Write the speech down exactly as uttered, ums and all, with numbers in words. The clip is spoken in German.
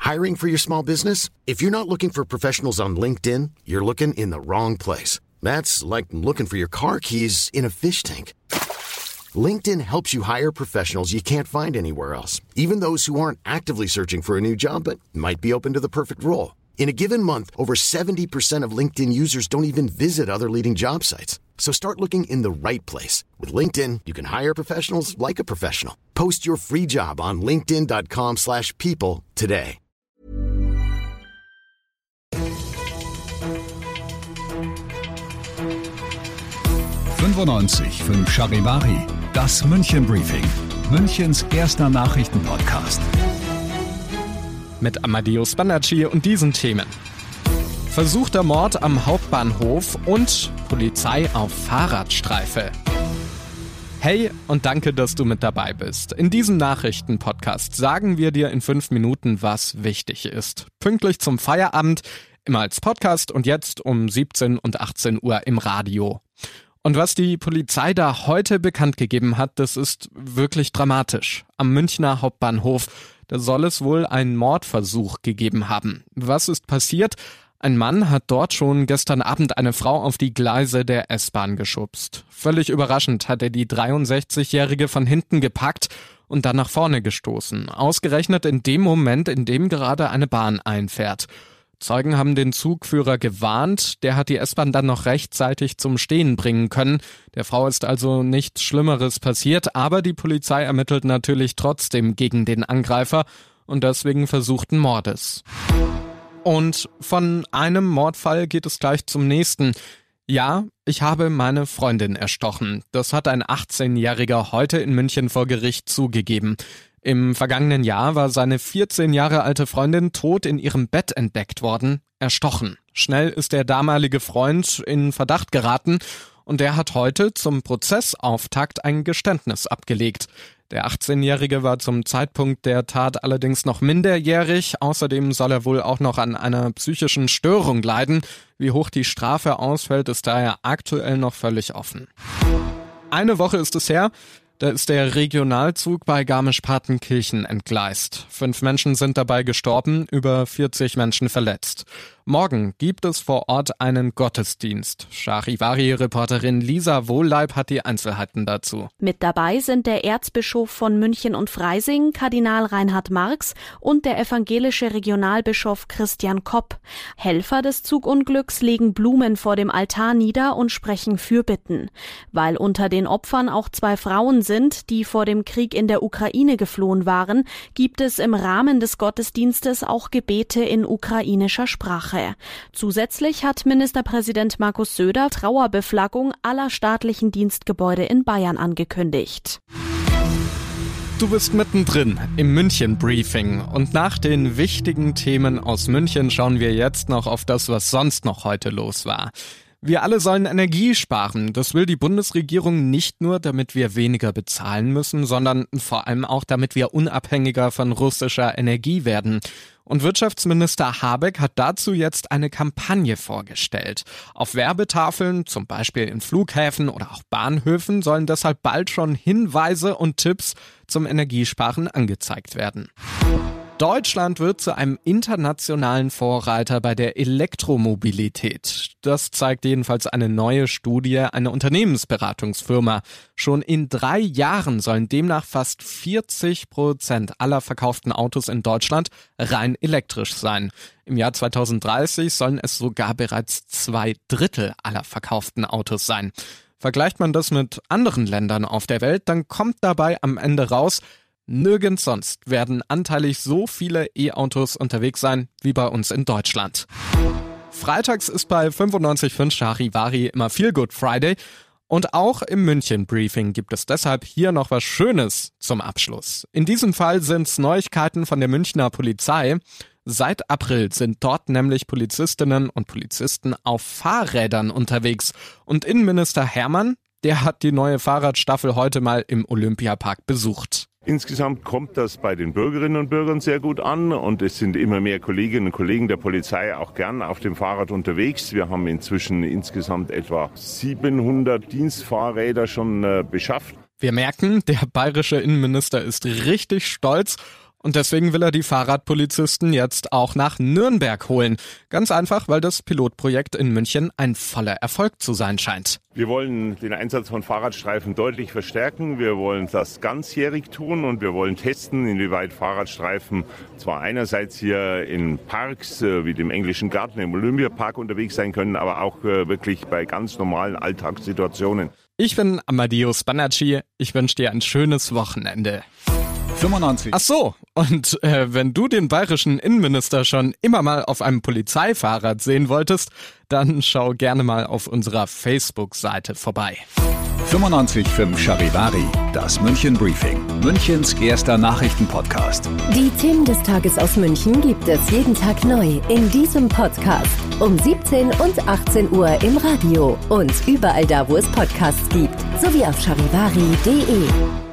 Hiring for your small business? If you're not looking for professionals on LinkedIn, you're looking in the wrong place. That's like looking for your car keys in a fish tank. LinkedIn helps you hire professionals you can't find anywhere else, even those who aren't actively searching for a new job but might be open to the perfect role. In a given month, over seventy percent of LinkedIn users don't even visit other leading job sites. So start looking in the right place. With LinkedIn, you can hire professionals like a professional. Post your free job on linkedin dot com slash people today. fünfundneunzig Komma fünf Charivari, das München Briefing, Münchens erster Nachrichtenpodcast. Mit Amadeus Banacci und diesen Themen. Versuchter Mord am Hauptbahnhof und Polizei auf Fahrradstreife. Hey und danke, dass du mit dabei bist. In diesem Nachrichtenpodcast sagen wir dir in fünf Minuten, was wichtig ist. Pünktlich zum Feierabend, immer als Podcast und jetzt um siebzehn und achtzehn Uhr im Radio. Und was die Polizei da heute bekannt gegeben hat, das ist wirklich dramatisch. Am Münchner Hauptbahnhof, da soll es wohl einen Mordversuch gegeben haben. Was ist passiert? Ein Mann hat dort schon gestern Abend eine Frau auf die Gleise der S-Bahn geschubst. Völlig überraschend hat er die dreiundsechzigjährige von hinten gepackt und dann nach vorne gestoßen. Ausgerechnet in dem Moment, in dem gerade eine Bahn einfährt. Zeugen haben den Zugführer gewarnt, der hat die S-Bahn dann noch rechtzeitig zum Stehen bringen können. Der Frau ist also nichts Schlimmeres passiert, aber die Polizei ermittelt natürlich trotzdem gegen den Angreifer und deswegen versuchten Mordes. Und von einem Mordfall geht es gleich zum nächsten. Ja, ich habe meine Freundin erstochen. Das hat ein achtzehnjähriger heute in München vor Gericht zugegeben. Im vergangenen Jahr war seine vierzehn Jahre alte Freundin tot in ihrem Bett entdeckt worden, erstochen. Schnell ist der damalige Freund in Verdacht geraten und der hat heute zum Prozessauftakt ein Geständnis abgelegt. Der achtzehnjährige war zum Zeitpunkt der Tat allerdings noch minderjährig. Außerdem soll er wohl auch noch an einer psychischen Störung leiden. Wie hoch die Strafe ausfällt, ist daher aktuell noch völlig offen. Eine Woche ist es her. Da ist der Regionalzug bei Garmisch-Partenkirchen entgleist. Fünf Menschen sind dabei gestorben, über vierzig Menschen verletzt. Morgen gibt es vor Ort einen Gottesdienst. Charivari-Reporterin Lisa Wohlleib hat die Einzelheiten dazu. Mit dabei sind der Erzbischof von München und Freising, Kardinal Reinhard Marx, und der evangelische Regionalbischof Christian Kopp. Helfer des Zugunglücks legen Blumen vor dem Altar nieder und sprechen Fürbitten. Weil unter den Opfern auch zwei Frauen sind, die vor dem Krieg in der Ukraine geflohen waren, gibt es im Rahmen des Gottesdienstes auch Gebete in ukrainischer Sprache. Zusätzlich hat Ministerpräsident Markus Söder Trauerbeflaggung aller staatlichen Dienstgebäude in Bayern angekündigt. Du bist mittendrin im München Briefing und nach den wichtigen Themen aus München schauen wir jetzt noch auf das, was sonst noch heute los war. Wir alle sollen Energie sparen. Das will die Bundesregierung nicht nur, damit wir weniger bezahlen müssen, sondern vor allem auch, damit wir unabhängiger von russischer Energie werden. Und Wirtschaftsminister Habeck hat dazu jetzt eine Kampagne vorgestellt. Auf Werbetafeln, zum Beispiel in Flughäfen oder auch Bahnhöfen, sollen deshalb bald schon Hinweise und Tipps zum Energiesparen angezeigt werden. Deutschland wird zu einem internationalen Vorreiter bei der Elektromobilität. Das zeigt jedenfalls eine neue Studie einer Unternehmensberatungsfirma. Schon in drei Jahren sollen demnach fast vierzig Prozent aller verkauften Autos in Deutschland rein elektrisch sein. Im Jahr zweitausenddreißig sollen es sogar bereits zwei Drittel aller verkauften Autos sein. Vergleicht man das mit anderen Ländern auf der Welt, dann kommt dabei am Ende raus, nirgends sonst werden anteilig so viele E-Autos unterwegs sein wie bei uns in Deutschland. Freitags ist bei fünfundneunzig Komma fünf Charivari immer Feel Good Friday und auch im München Briefing gibt es deshalb hier noch was Schönes zum Abschluss. In diesem Fall sind es Neuigkeiten von der Münchner Polizei. Seit April sind dort nämlich Polizistinnen und Polizisten auf Fahrrädern unterwegs und Innenminister Hermann, der hat die neue Fahrradstaffel heute mal im Olympiapark besucht. Insgesamt kommt das bei den Bürgerinnen und Bürgern sehr gut an und es sind immer mehr Kolleginnen und Kollegen der Polizei auch gern auf dem Fahrrad unterwegs. Wir haben inzwischen insgesamt etwa siebenhundert Dienstfahrräder schon äh, beschafft. Wir merken, der bayerische Innenminister ist richtig stolz. Und deswegen will er die Fahrradpolizisten jetzt auch nach Nürnberg holen. Ganz einfach, weil das Pilotprojekt in München ein voller Erfolg zu sein scheint. Wir wollen den Einsatz von Fahrradstreifen deutlich verstärken. Wir wollen das ganzjährig tun und wir wollen testen, inwieweit Fahrradstreifen zwar einerseits hier in Parks wie dem Englischen Garten, im Olympiapark unterwegs sein können, aber auch wirklich bei ganz normalen Alltagssituationen. Ich bin Amadeus Banacci. Ich wünsche dir ein schönes Wochenende. fünfundneunzig. Ach so, und äh, wenn du den bayerischen Innenminister schon immer mal auf einem Polizeifahrrad sehen wolltest, dann schau gerne mal auf unserer Facebook-Seite vorbei. fünfundneunzig Komma fünf Charivari, das München Briefing, Münchens erster Nachrichtenpodcast. Die Themen des Tages aus München gibt es jeden Tag neu in diesem Podcast. Um siebzehn und achtzehn Uhr im Radio und überall da, wo es Podcasts gibt, sowie auf charivari punkt de.